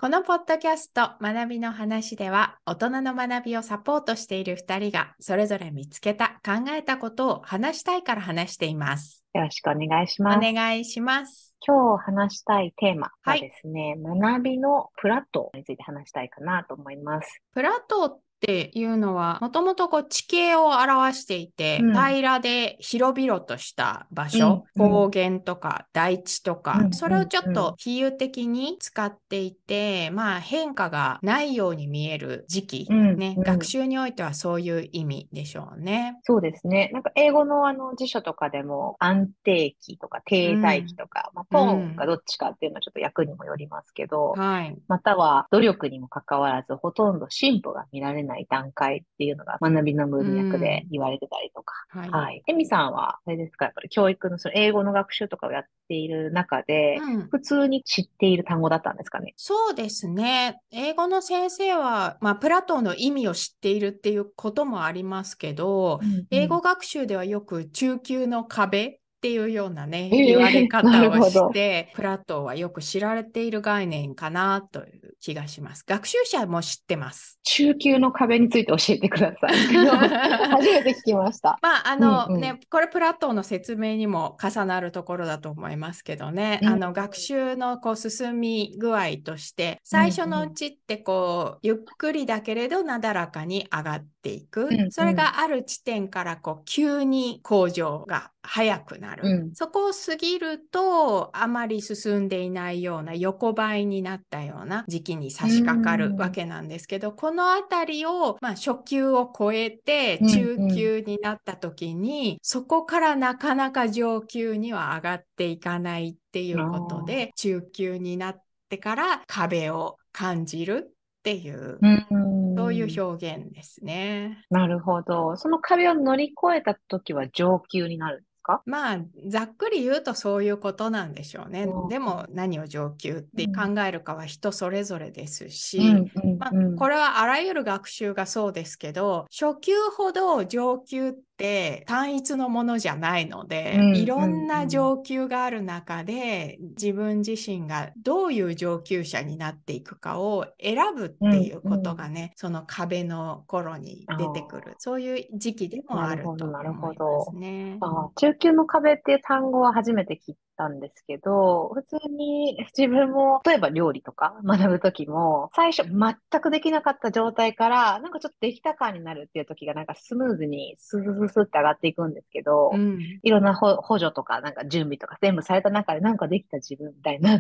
このポッドキャスト学びの話では、大人の学びをサポートしている2人がそれぞれ見つけた考えたことを話したいから話しています。 よろしくお願いしおます。 願いします。 今日話したいテーマはではい。 すね、学びのプラットについて話したいかなと思います。 プラトーっていうのは、もともと地形を表していて、 うん、 平らで広々とした場うん、 所、 うん、 高原とか大地とか、 うん、 それをちょっうん、 と比喩的に使っていて、変化がないように見える時期、 うん、 ね、学うん。 習においてはそういう意味でしょうね。 そうですね。なんか英語の辞書とかでも安定期とかう停滞期ん。 とか、 うトーンがん。 どっちかっていうのはちょっと役にもよりますけど、 はい。 または努力にもかかわらずほとんど進歩が見られない段階っていうのが学びのう文脈でん。 言われてたりとか。 はい。 はい。エミさんは、あれですか、やっぱり教育のその英語の学習とかをやっている中で、 うん。 普通に知っている単語だったんですかね？ そうですね。英語の先生は、プラトンの意味を知っているっていうこともありますけど、 うんうん。 英語学習ではよく中級の壁っていうようなね、言われええな方をるほど。 して、プラトンはよく知られている概念かなという気がします。学習者も知ってます。 中級の壁について教えてください。初めて聞きました。うんうん。 これプラトンの説明にも重なるところだと思いますけどね、 うん学習の進み具合として、 うん最初のううんちってゆっくりだけれどなだらかに上がっていく。 うんうんそれがある地点から急に向上が早くなる。 うんそこを過ぎると、あまり進んでいないような横ばいになったような時期に差うし掛かるわんけなんですけど、このあたりを、初級を超えてうん中うん級になった時に、そこからなかなか上級には上がっていかないっていあうことで、 あ中級になってから壁を感じるっていう、 うそういん。 う表現ですね。 なるほど。その壁を乗り越えたときは上級になるんですか？ ざっくり言うとそういうことなんでしょうね。でうも何を上級ってん考えるかは人それぞれですし、 うんうんうん。 これはあらゆる学習がそうですけど、初級ほど上級って単一のものじゃないのうで、いんうんろんなうん。 上級がある中で、自分自身がどういう上級者になっていくかを選ぶっうんていううん。 ことがね、その壁の頃にあ出てくる。 あ。 そういう時期でもなあるとるほど、なる思いますほど。 ね。 中級の壁っていう単語は初めて聞いたんですけど、普通に自分も、例えば料理とか学ぶときも、最初全くできなかった状態から、なんかちょっとできた感になるっていうときが、なんかスムーズにスーススって上がっていくんですけど、 うん。 いろんな補助とか、なんか準備とか全部された中で、なんかできた自分みたいになって、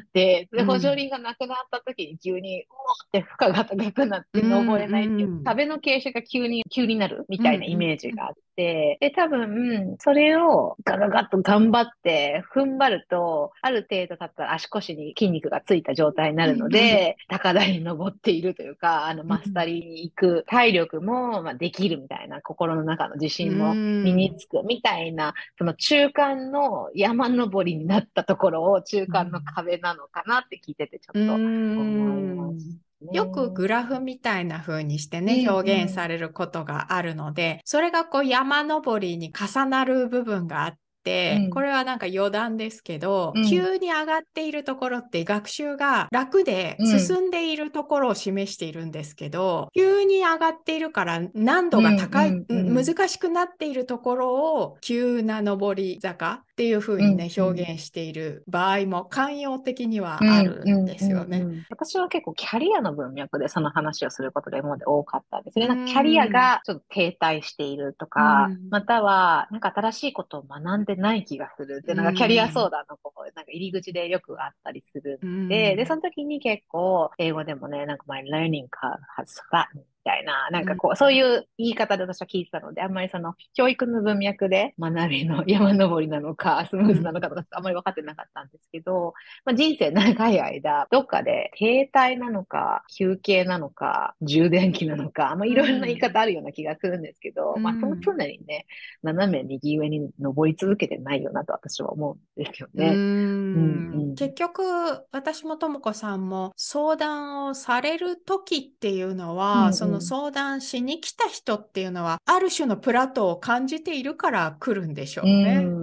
で、補助うん。 輪がなくなったときに急に、うおーって負荷が高くなってうん。 登れないっていう、 うん。 壁の傾斜が急になるみうん。 たいなイメーうん。 ジがあって、で、多分、それをガガガッと頑張って踏ん張ると、ある程度経ったら足腰に筋肉がついた状態になるので、高台に登っているというか、マスタリーに行く体力も、できるみたいな、心の中の自う信も身にん。 つくみたいな、その中間の山登りになったところを中間の壁なのかなって聞いててちょっうと思いまん。 すよくグラフね。 みたいな風にしてね、 うん表現さうん。 れることがあるので、それが山登りに重なる部分があって、こうん。 れはなんか余談ですけど、 うん。 急に上がっているところって学習が楽でうん。 進んでいるところを示しているんですけど、急に上がっているから難度がうん。う高い、 ん。うん。 難しくなっているところを急な登り坂っていう風うん。 にね、 うん。 表現している場合も寛容的にはあうん、 るんうん、 ですよね。 うん、うん。私は結構キャリアの文脈でその話をすることが今まで多かったんですうーね。なんかキャリアん、 がちょっと停滞しているとうか、 ん、 またはなんか新しいことを学んでない気がするってういうのがキャリア相ん、 談のなんか入り口でよくあったりするうんで、そん、 の時に結構英語でもね、なんか my learning curve has flattened みたいな、なんうん、 かそういう言い方で私は聞いてたので、あんまりその教育の文脈で学びの山登りなのか、スムーズなのかとかあんまり分かってなかったんですけど、人生長い間、どっかで停滞なのか、休憩なのか、充電器なのか、いうろいろな言いん、 方あるような気がするんですけど、 うその常ん。 にね、斜め右上に登り続けてないよなと私は思うんですようね。うんう結ん。 局、私もともこさんも相談をされる時っていうのうは、そのんうん。 相談しに来た人っていうのは、ある種のプラトーを感じているから来るんでしうょうね。 ん。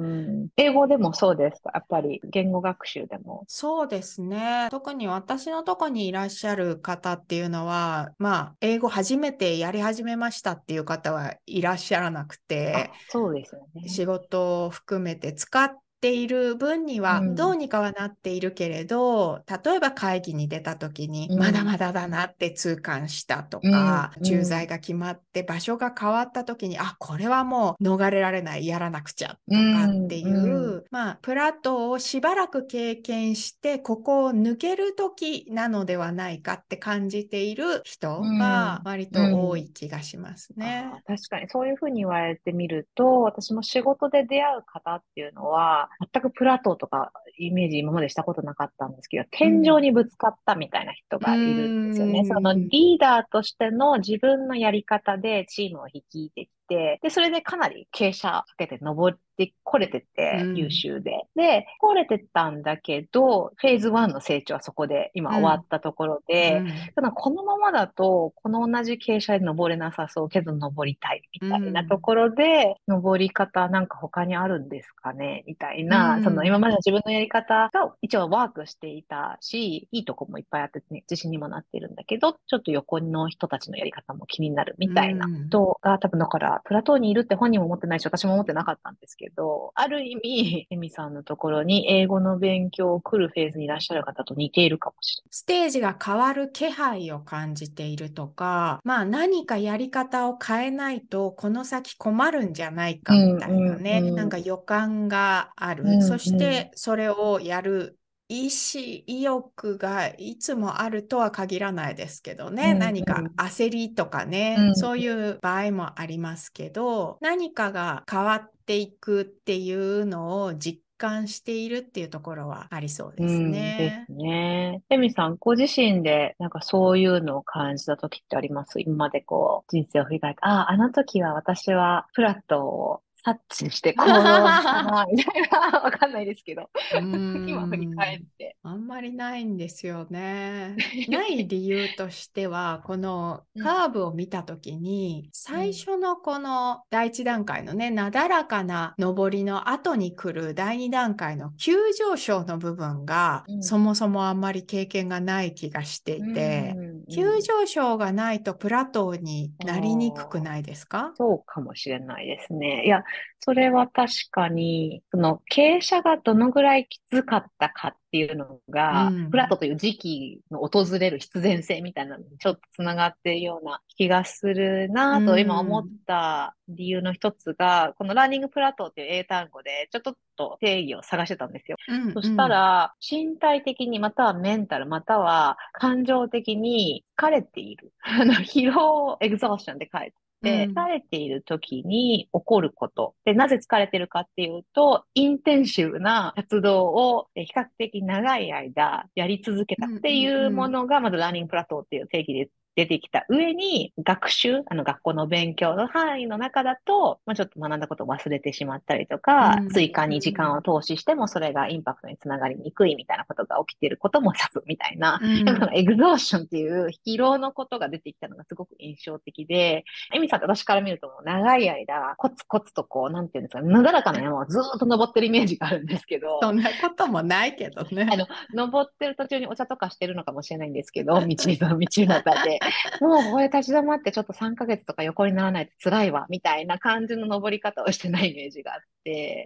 英語でもそうですか？やっぱり言語学習でも。 そうですね。特に私のとこにいらっしゃる方っていうのは、英語初めてやり始めましたっていう方はいらっしゃらなくて、 あ、そうですよね。 仕事を含めて使っている分にはどううん。 にかはなっているけれど、例えば会議に出た時にうん。 まだまだだなって痛感したとうん。 か、駐うん。 在が決まって場所が変わった時に、これはもう逃れられない、やらなくちゃうとかってん。 いうん。 う、プラトーをしばらく経験して、ここを抜ける時なのではないかって感じているう人がん。 割うと多ん。 い気がしますああ、 ね。 確かにそういうふうに言われてみると、私も仕事で出会う方っていうのは、全くプラトーとかイメージ今までしたことなかったんですけど、天井うん。 にぶつかったみたいな人うがいるんですよね。そのーん。 リーダーとしての自分のやり方でチームを率いてきて、で、それでかなり傾斜かけて登ってこれてって優うん。 秀で。で、これてったんだけど、フェーズ1の成長はそこで今終わうん。 ったところで、 うん。 ただこのままだと、この同じ傾斜で登れなさそうけど登りたいみうたいなとん。 ころで、登り方なんか他にあるんですかねみたいうな、その今ん。 までの自分のやり方が一応ワークしていたし、いいとこもいっぱいあってね、自信にもなってるんだけど、ちょっと横の人たちのやり方も気になるみうたいなん。 人が多分だから、プラトーにいるって本人も思ってないし、私も思ってなかったんですけど、ある意味、エミさんのところに英語の勉強を来るフェーズにいらっしゃる方と似ているかもしステージが変わる気配を感じているとか、何かやり方を変えないとこの先困るんじゃないかみれない。 たいなね、 うん、 なんか予感がある。そうん、 しうん、 てそれをやる意志、意欲がいつもあるとは限らないですけどね、 うん、 何かうん、 焦りとかね、 うん、 そういう場合もありますけど、何かが変わっていくっていうのを実感しているっていうところはありそううですんでね。 すね。エミさん、ご自身でなんかそういうのを感じた時ってあります？今までこう、人生を振り返って、ああ、あの時は私はプラットを察知して行動したな、みたいな、わかんないですけど、 うー今振り返っん、 て。 あんまりないんですよね。ない理由としては、このうん、 カーブを見たときに、 うん、 最初のこの第一段階のね、なだらかな上りの後に来る第二段階の急上昇の部分が、 うん、 そもそもあんまり経験がない気がしていうて、 ん、 急うん。 上昇がないとプラトーにあなりにくくあ。 ないですか？ そうかもしれないですね。いや、それは確かに、その傾斜がどのぐらいきつかったかっていうのうが、フラッん。 トという時期の訪れる必然性みたいなのにちょっとつながっているような気がするうなと今思っん。 た理由の一つが、このラーニングプラトーっていう英単語でちょっと定義を探してたんですよ。 うん。 そしたうん。 ら、身体的にまたはメンタルまたは感情的に疲れている。疲労、エグゾーションで書いて疲うん。 れている時に起こること。で、なぜ疲れてるかっていうと、インテンシブな活動を比較的長い間やり続けたっうん。うん。 ていううん。 ものが、まずラーニングプラトーっていう定義で出てきた上に、学習、学校の勉強の範囲の中だと、ちょっと学んだことを忘れてしまったりとか、 うん。 追加うに時間をん。 投資してもそれがインパクトにつながりにくいみたいなことが起きていることも指すみたいな、 うなんかそのん。 エグゾーションっていう疲労のことが出てきたのがすごく印象的で、エミさんって私から見るともう長い間、コツコツとこう、なんていうんですか、なだらかな山をずーっと登ってるイメージがあるんですけど、 そんなこともないけどね。 登ってる途中にお茶とかしてるのかもしれないんですけど、道端で。もうここで立ち止まってちょっと3ヶ月とか横にならないと辛いわ、みたいな感じの登り方をしてないイメージがあって、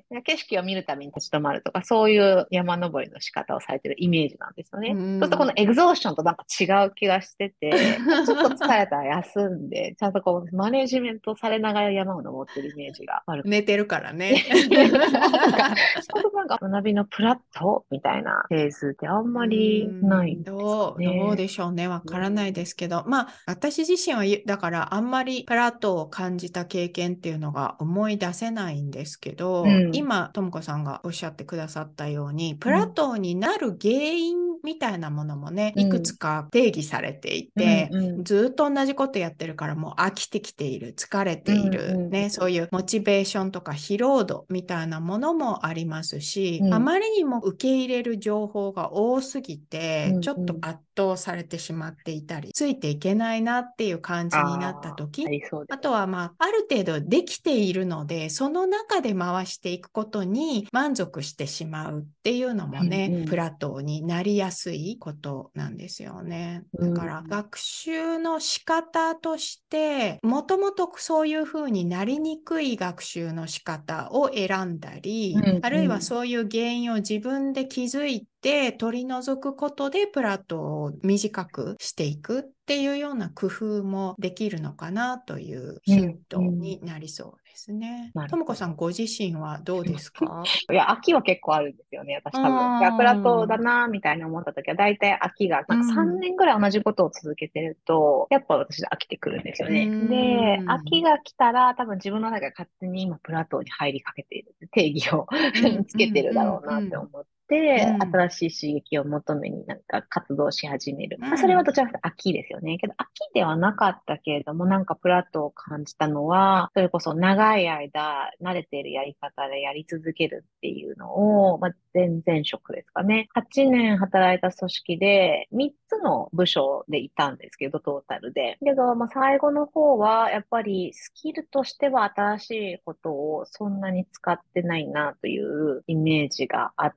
景色を見るために立ち止まるとか、そういう山登りの仕方をされてるイメージなんですようね。そうするとこのん。 エグゾーションとなんか違う気がしてて、ちょっと疲れたら休んで、ちゃんとこうマネジメントされながら山を登ってるイメージがある。 寝てるからね。 あ、そうか。そうするとなんか学びのプラットみたいなフェーズってあんうーまりないんん、 ですかどうね。 でしょうね。わうからないでん。 すけど。私自身は、だからあんまりプラトーを感じた経験っていうのが思い出せないんですけど、 うん。 今、ともこさんがおっしゃってくださったように、プうん。 ラトーになる原因みたいなものもね、 うんいくつか定義されていうんて、 うんずっと同じことやってるからもう飽きてきている、疲れている、 うんね、そういうモチベーションとか疲労度みたいなものもありますし、 うんあまりにも受け入れる情報が多すぎて、 うんちょっと圧倒されてしまっていたり、ついていけないなっていう感じになった時、 ありそうです。 あとはある程度できているので、その中で回していくことに満足してしまうっていうのもね、 うんプラトーになりやすいことなんですよね。だから学習の仕方として、もともとそういうふうになりにくい学習の仕方を選んだり、あるいはそういう原因を自分で気づいて取り除くことでプラトーを短くしていくっていうような工夫もできるのかなというヒントになりそうですね。ともこさんご自身はどうですか？ いや、飽きは結構あるんですよね、 う私多分。いや、プラトーだん。 な、みたいな思った時は、だいたい飽きが、 うなんか3 ん。 年ぐらい同じことを続けてると、やっぱ私飽きてくるんですようね。で、飽きん。 が来たら、多分自分の中で勝手に今プラトーに入りかけているって定義をうん。 つけてるだろうなって思って、 うん。 新しい刺激を求めになんか活動し始める。 うまあ、それはん。 どちらかというと飽きですよね。けど飽きではなかったけれども、なんかプラトーを感じたのは、それこそ長い間慣れているやり方でやり続けるっていうのを、まあ、前々職ですかね。8年働いた組織で3つの部署でいたんですけど、トータルで。けど、まあ、最後の方は、やっぱりスキルとしては新しいことをそんなに使ってないなというイメージがあって、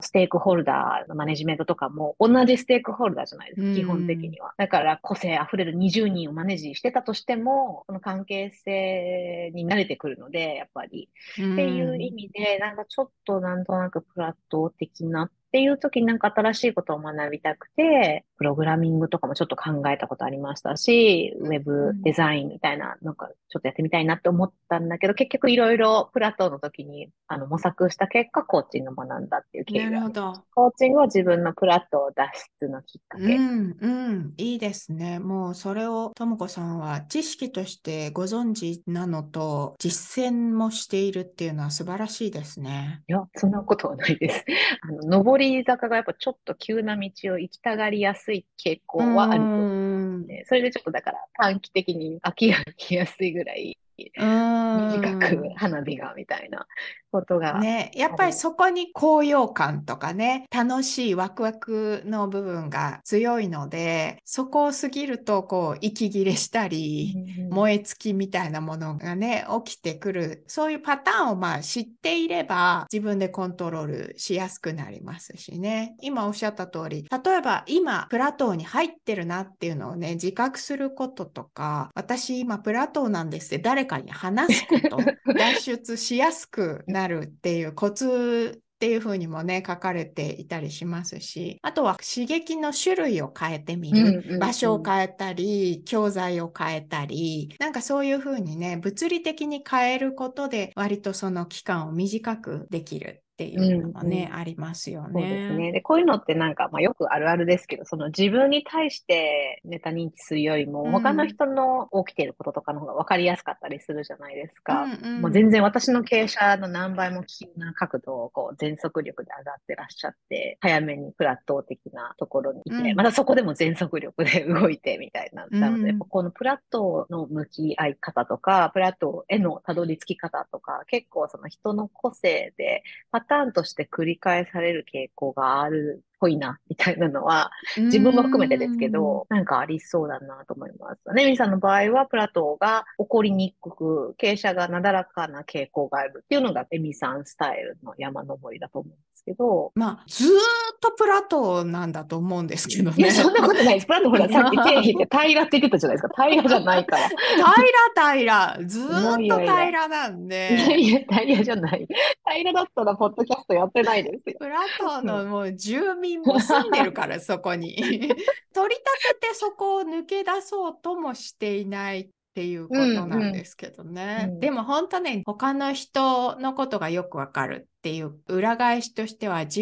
ステークホルダーのマネジメントとかも同じステークホルダーじゃないですうか、基本的ん。 には。だから個性あふれる20人をマネージしてたとしても、この関係性に慣れてくるので、やっぱり。 うっていう意ん。 味で、なんかちょっとなんとなくプラット的なっていう時になんか新しいことを学びたくて、プログラミングとかもちょっと考えたことありましたし、ウェブデザインみたいな、なんかちょっとやってみたいなって思ったんだけど、結局いろいろプラットの時に模索した結果、コーチングを学んだっていう経な緯があります。 るほど。 コーチングは自分のプラット脱出のきっかけ。 うん、うん、いいですね。もうそれをともこさんは知識としてご存知なのと実践もしているっていうのは素晴らしいですね。 いや、そんなことはないです。上り坂がやっぱちょっと急な道を行きたがりやすい傾うー向はあると思うのん、 で、それでちょっとだから短期的に飽きが来やすいぐらいうー短くん。 花火がみたいなことがね、やっぱりあります。 そこに高揚感とかね、楽しいワクワクの部分が強いので、そこを過ぎるとこう息切れしたうり、 ん燃え尽きみたいなものがね、起きてくる。そういうパターンを知っていれば自分でコントロールしやすくなりますしね。今おっしゃった通り、例えば今プラトーに入ってるなっていうのをね、自覚することとか、私今プラトーなんですって誰かに話すこと、脱出しやすくなるっていうコツっていう風にもね、書かれていたりしますし、あとは刺激の種類を変えてみうんる。場うんうん。 所を変えたり、教材を変えたり、なんかそういう風にね、物理的に変えることで、割とその期間を短くできるっていうのもね、 うんうん。 ありますよね。 そうですね。で、こういうのってなんか、まあよくあるあるですけど、その自分に対してネタ認知するよりも、他のうん。 人の起きていることとかの方が分かりやすかったりするじゃないですか。 うんうもう全ん。 然私の傾斜の何倍も急な角度をこう全速力で上がってらっしゃって、早めにプラット的なところにいて、まうん。 たそこでも全速力で動いてみたいな。なので、やっぱうん。 このプラットの向き合い方とか、プラットへのたどり着き方とか、結構その人の個性で、パターンとして繰り返される傾向があるっぽいな、みたいなのは、 う自分も含めてですけん。 ど、なんかありそうだなと思いますね。ミさんの場合は、プラトーが起こりにくく、傾斜がなだらかな傾向があるっていうのが、エミさんスタイルの山登りだと思うんですけど、 ずーっとプラトーなんだと思うんですけどいや、そんね。 なことないです。プラトーほら、さっき定義って平らって言ってたじゃないですか。平らじゃないから。 平ら。ずーっいやいとやいや。 平らなんいやで、 いや、平らじゃない。平らだったら、ポッドキャストやってないですよ。 プラトーうん。 のもう住民も住んでるから、そこに。取り立ててそこを抜け出そうともしていないっていううことなんでん、 すけどね。 うん、 でも本当ね、他の人のことがよくわかるっていう裏返しとしては、自分の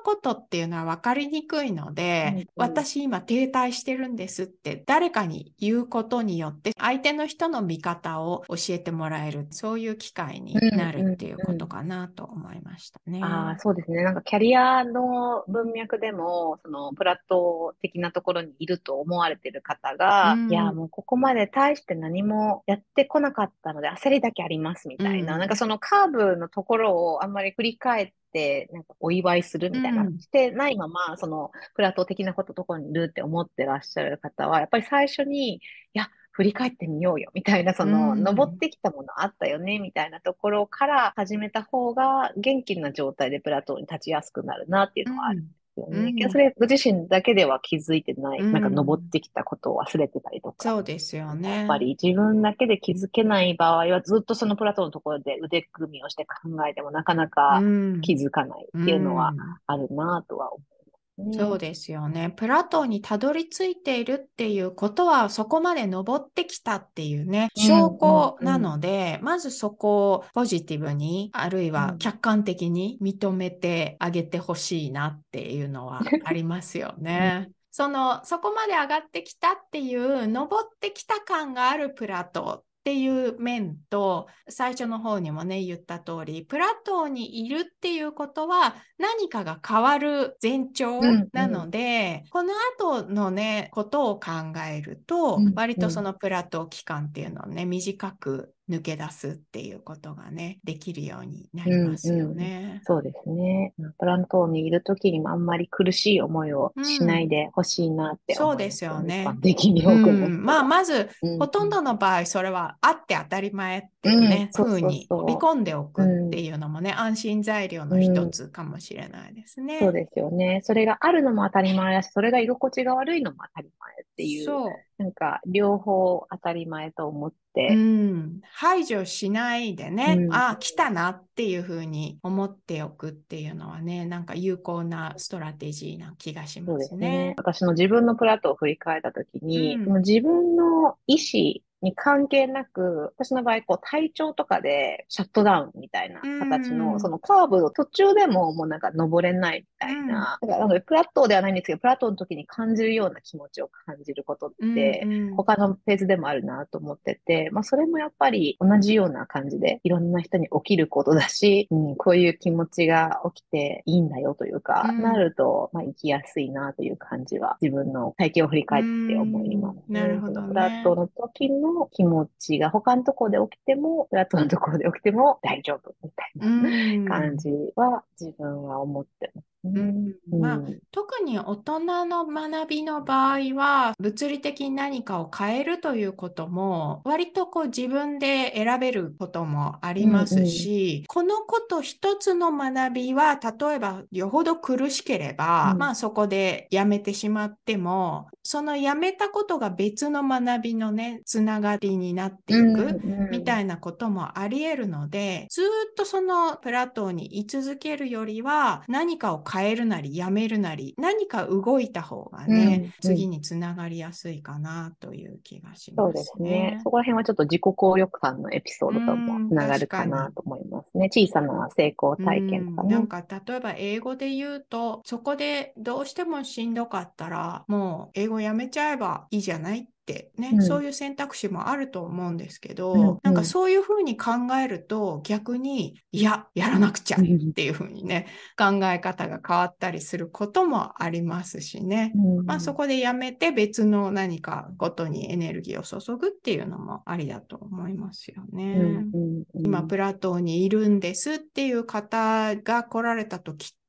ことっていうのは分かりにくいので、 うん、 私今停滞してるんですって誰かに言うことによって相手の人の見方を教えてもらえる、そういう機会になるっていうことかなと思いましたね。 そうですね。なんかキャリアの文脈でも、そのプラット的なところにいると思われてる方うが、いや、 ん、 もうここまで大して何もやってこなかったので焦りだけありますみうたいな、なんかん、 そのカーブのところをあんまり振り返って、なんかお祝いするみたいな、 うん、 してないまま、そのプラット的なところにいるって思ってらっしゃる方は、やっぱり最初に、いや、振り返ってみようよ、みたいな、そうの、登っん、 てきたものあったよね、みたいなところから始めた方が、元気な状態でプラトーに立ちやすくなるなっていうのはあるんうん、 ですよね。けど、そうん、 れ、ご自身だけでは気づいてなうい。なんか、登っん、 てきたことを忘れてたりとか。 そうですよやっぱね。 り自分だけで気づけない場合は、ずっとそのプラトーのところで腕組みをして考えても、なかなうか気ん、 づかないっうていうのはん。 あるなとは思いますね。 そうですよね。プラトーにたどり着いているっていうことは、そこまで登ってきたっていうね、証うん、うん、 拠なうん。 ので、まずそこをポジティブに、あるいはうん。 客観的に認めてあげてほしいなっていうのはありますようん、 ね。そこまで上がってきたっていう、登ってきた感があるプラトーっていう面と、最初の方にもね、言った通り、プラトーにいるっていうことは、何かが変わる前うん、う兆なのん。 で、この後のね、ことを考えると、 うん、 割とそうん。 のプラトー期間っていうのをね、短く抜け出すっていうことがね、できるようになうん、 りますようん。 ね。 そうですね。プラントにいるときにもあんまり苦しい思いをうしないん。 でほしいなってそうです思いますよね。一般よね。 的にう多くのん。まあ、 人が。 まず、 うん、 ほとんうん。 どの場合、それはあって当たり前っていううん、 ね、 そうそう風に織りそ込んでおう。 くっうん、 ていうのもね、安心材料うの一ん。 つかもしれないですね。 そうですよね。それがあるのも当たり前だし、それが居心地が悪いのも当たり前っていう、 そなんか、両方当たり前と思っう。うて、 ん。排除しないでね、 うん、 あ、来たなっていうふうに思っておくっていうのはね、なんか有効なストラテジーな気がしそうまですね。 すね。 私の自分のプラットを振り返ったときに、もううん。 自分の意思に関係なく、私の場合、こう体調とかでシャットダウンみたいなう形の、そん。 のカーブの途中でももうなんか登れないみたうん。 いな、なのでプラットではないんですけど、プラットの時に感じるような気持ちを感じることっうん。うて、 ん。 他のフェーズでもあるなと思ってて、まあそれもやっぱり同じような感じで、いろんな人に起きることだし、こういう気持ちが起きていいんだよというか、なうん。 ると、まあ生きやすいなという感じは、自分の体験を振りう返って思いますん。なるね。 ほそのプラットどね。 の時の気持ちが他のところで起きても、プラットのところで起きても大丈夫みたいうな感ん。 じは自分は思ってますね。 うん、まあ、 うん。 特に大人の学びの場合は、物理的に何かを変えるということも、割とこう自分で選べることもあうん、 りますうん、 し、このこと一つの学びは、例えばよほど苦しければ、 うん、 まあそこでやめてしまっても、そのやめたことが別の学びのね、つながりになってうん、 いく。みうん、 たいなこともあり得るので、ずっとそのプラトーに居続けるよりは、何かを変えるなり、やめるなり、何か動いた方がね、 うん、うん。 次につながりやすいかなという気がしそうまですね。 すね。 そこら辺はちょっと自己効力感のエピソーうドともん、 つながる確かに。 かなと思いますね。小さな成功う体験とかん、なんね。 か例えば英語で言うと、そこでどうしてもしんどかったら、もう英語やめちゃえばいいじゃないってね、 うん、 そういう選択肢もあると思うんですけうん、 ど、なんかうん。 そういうふうに考えると逆に、いや、やらなくちゃっうんていうふうにね、考え方が変わったりすることもありますしね。 うまあそん、 こでやめて別の何かことにエネルギーを注ぐっていうのもありだと思いますようん、 ね。 うん、う今、 ん。 プラトーにいるんですっていう方が来られた時って、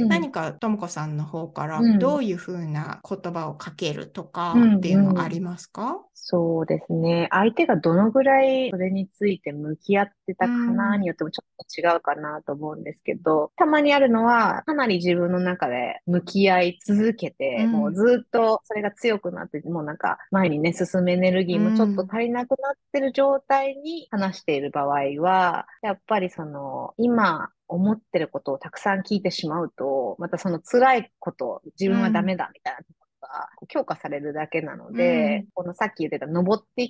うん、 何かともこさんの方からうん、 どういうふうな言葉をかけるとうん、 かっていうのあうん。 りますか？ そうですね。相手がどのぐらいそれについて向き合ってうたかなん、 によってもちょっと違うかなと思うんですけど、たまにあるのは、かなり自分の中で向き合い続けて、もううん、 ずっとそれが強くなって、もうなんか前にね、進むエネルギうーもちょっとん、 足りなくなってる状態に話している場合は、やっぱりその、今、思ってることをたくさん聞いてしまうと、またその辛いこと、自分はダメうん、 だみたいなこう強化されるだけなのうで、 ん、 このさっき言ってた登っていった、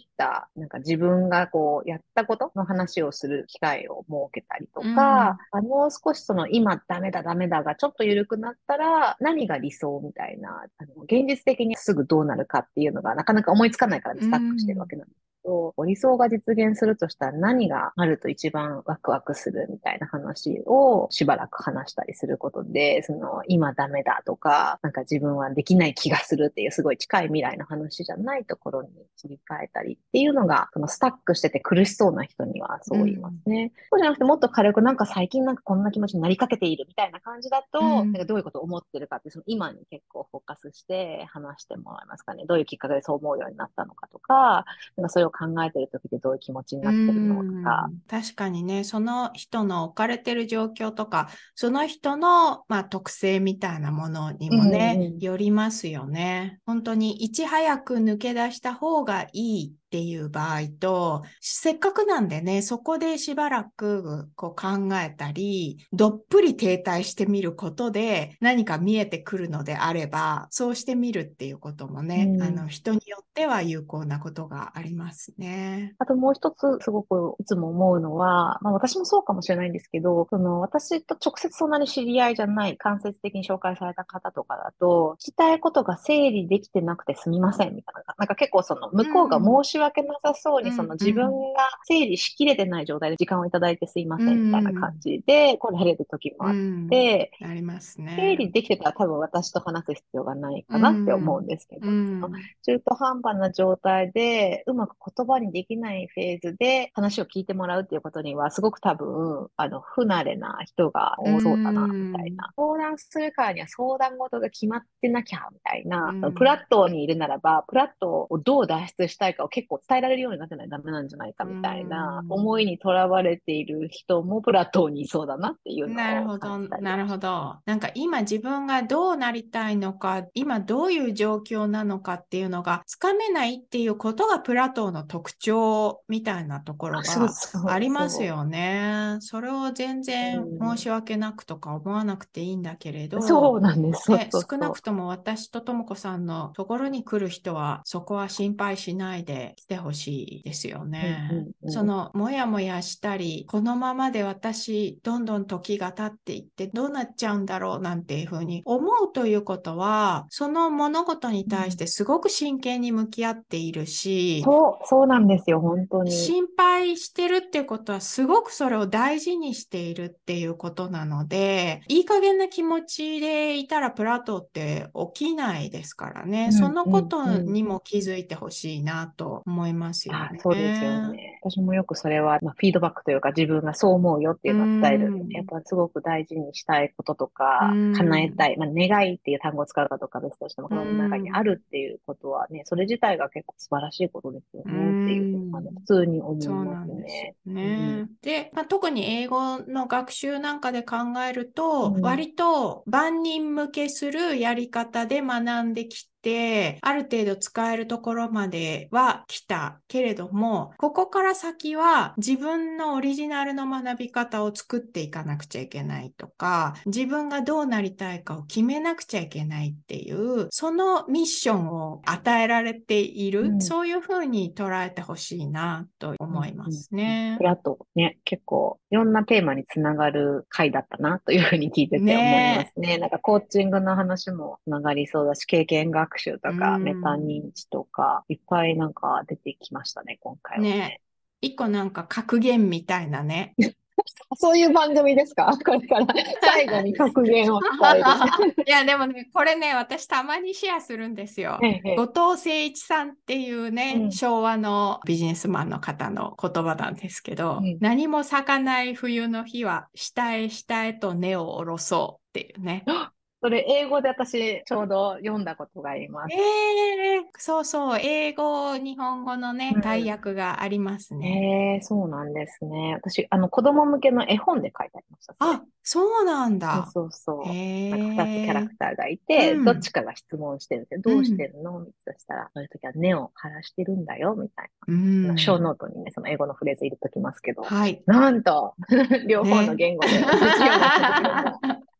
なんか自分がこうやったことの話をする機会を設けたりとうか、 ん、 もう少しその今ダメだダメだがちょっと緩くなったら何が理想みたいな、現実的にすぐどうなるかっていうのがなかなか思いつかないからうスタックしてるわん、 けなんですけど、理想が実現するとしたら何があると一番ワクワクするみたいな話をしばらく話したりすることで、その今ダメだとか、なんか自分はできない気がするっていうすごい近い未来の話じゃないところに切り替えたりっていうのが、そのスタックしてて苦しそうな人にはそう言いますうん、 ね。そうじゃなくてもっと軽くなんか最近なんかこんな気持ちになりかけているみたいな感じだと、なんうん。 かどういうことを思ってるかって、その今に結構フォーカスして話してもらえますかね。どういうきっかけでそう思うようになったのかとか、なんかそれを考えてる時ってどういう気持ちにうなってるのとか。 確かにね、その人の置かれてる状況とか、その人の、まあ、特性みたいなものにうもね、 んうん。 よりますよね。本当にいち早く抜け出した方がいいっていう場合と、せっかくなんでね、そこでしばらくこう考えたり、どっぷり停滞してみることで何か見えてくるのであれば、そうしてみるっていうこともね、 うん。 人によっては有効なことがありますね。 あともう一つすごくいつも思うのは、まあ私もそうかもしれないんですけど、その私と直接そんなに知り合いじゃない間接的に紹介された方とかだと、聞きたいことが整理できてなくてすみませんみたいな。なんか結構その向こうがうん、 申し訳なさそうにそのうん、う自分ん、 が整理しきれてない状態で時間をいただいてすいまうせんみたいな感ん、 じで来られる時もうあっん、 て、 あります整ね。 理できてたら多分私と話す必要がないうかなって思うんん、 ですけど、 うそのん、 中途半端な状態でうまく言葉にできないフェーズで話を聞いてもらうっていうことにはすごく多分、不慣れな人がう多そうだな、みたいん、 な。相談するからには相談事が決まってなきゃ、みたいうな。プラん、 ットにいるならば、プラットをどう脱出したいかを結構伝えられるようになってないとダメなんじゃないか、 うみたいなん。 思いにとらわれている人もプラットにいそうだなっていうのなるをほど、 感じたりなるはします。 ほど。なんか今自分がどうなりたいのか、今どういう状況なのかっていうのがつかめないっていうことがプラトーの特徴みたいなところあ、そうがあそうりますそよね。それを全う。 然申しうん。 訳なくとか思わなくていいんだけれど、 そうなんです。そうね、 そうそ少なくとも私とともこさんのところに来る人は、そこは心配しないで来てほしいですよう。うんうね。 んうん。 その、もやもやしたり、このままで私、どんどん時が経っていってどうなっちゃうんだろうなんていうふうに思うということは、その物事に対しうん、 てすごく真剣に向き合っているし、 そうなんですよ、本当に。 心配してるっていうことはすごくそれを大事にしているっていうことなので、いい加減な気持ちでいたらプラトーって起きないですからね。そうんのうんことうん。 にも気づいてほしいなと思いますよあ、 ね。 そうですよね。私もよくそれは、まあ、フィードバックというか自分がそう思うよってうーいうのを伝える。やっん、 ぱすごく大事にしたいこととうーか、叶えたん、 い。まあ、願いっていう単語を使うかとか別としても、 うーこの中にあん、 るっていうことはね、それ自体が結構素晴らしいことですようーねっていう、 ん。 普通に思いそうまなんですよすね。うん。 ね。で、まあ、特に英語の学習なんかで考えると、 うん。 割と万人向けするやり方で学んできて、ある程度使えるところまでは来たけれども、ここから先は自分のオリジナルの学び方を作っていかなくちゃいけないとか、自分がどうなりたいかを決めなくちゃいけないっていう、そのミッションを与えられている、 うん。 そういうふうに捉えてほしいなと思いまうんうんうん、 すね。 プラトね、結構いろんなテーマにつながる回だったなというふうに聞いてて思いまねすね。なんかコーチングの話もつながりそうだし、経験学習え。うとかメタん。 認知とか、いっぱいなんか出てきましたね、今回はねね。 え。一個なんか格言みたいなね。 そういう番組ですか？これから最後に格言を伝える。 いや、でもね、これね、私たまにシェアするんですよ。 ええ、ええ、 後藤誠一さんっていうね、 うん、 昭和のビジネスマンの方の言葉なんですけど、 うん。 何も咲かない冬の日は、下へ下へと根を下ろそうっていうね。 それ英語で私ちょうど読んだことがあります。 そうそう、英語、日本語のね、大う訳がありますん。 ね。 ええ、そうなんですね。私、子供向けの絵本で書いてありました、それ。 あ、そうなんそうだ。 そうそう。なんか二つキャラへえ。 クターがいて、 うん、 どっちかが質問してるんですよ。どうしてうん、 るのみたいなしたら、そういう時は根を張らしてるんだよ、みたいうな。小ノん。 ートにね、その英語のフレーズ入れときますけど、 はい。 なんと、両方のね。 言語で同じような格言が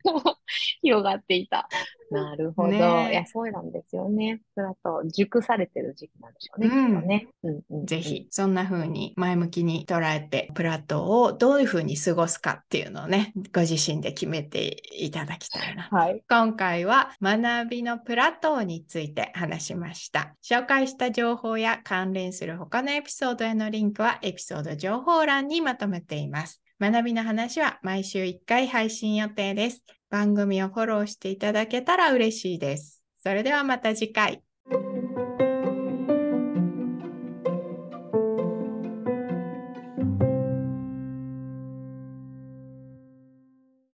広がっていた。なるほど。いや、 ねそうなんですよね。それだと、熟されてる時期なんでしょうえ。うね、きっとん。 ね。うんうんうん。 ぜひ、そんな風に前向きに捉えて、プラトーをどういう風に過ごすかっていうのをね、ご自身で決めていただきたいなと。 はい。 今回は学びのプラトーについて話しました。紹介した情報や関連する他のエピソードへのリンクはエピソード情報欄にまとめています。学びの話は毎週1回配信予定です。番組をフォローしていただけたら嬉しいです。それではまた次回。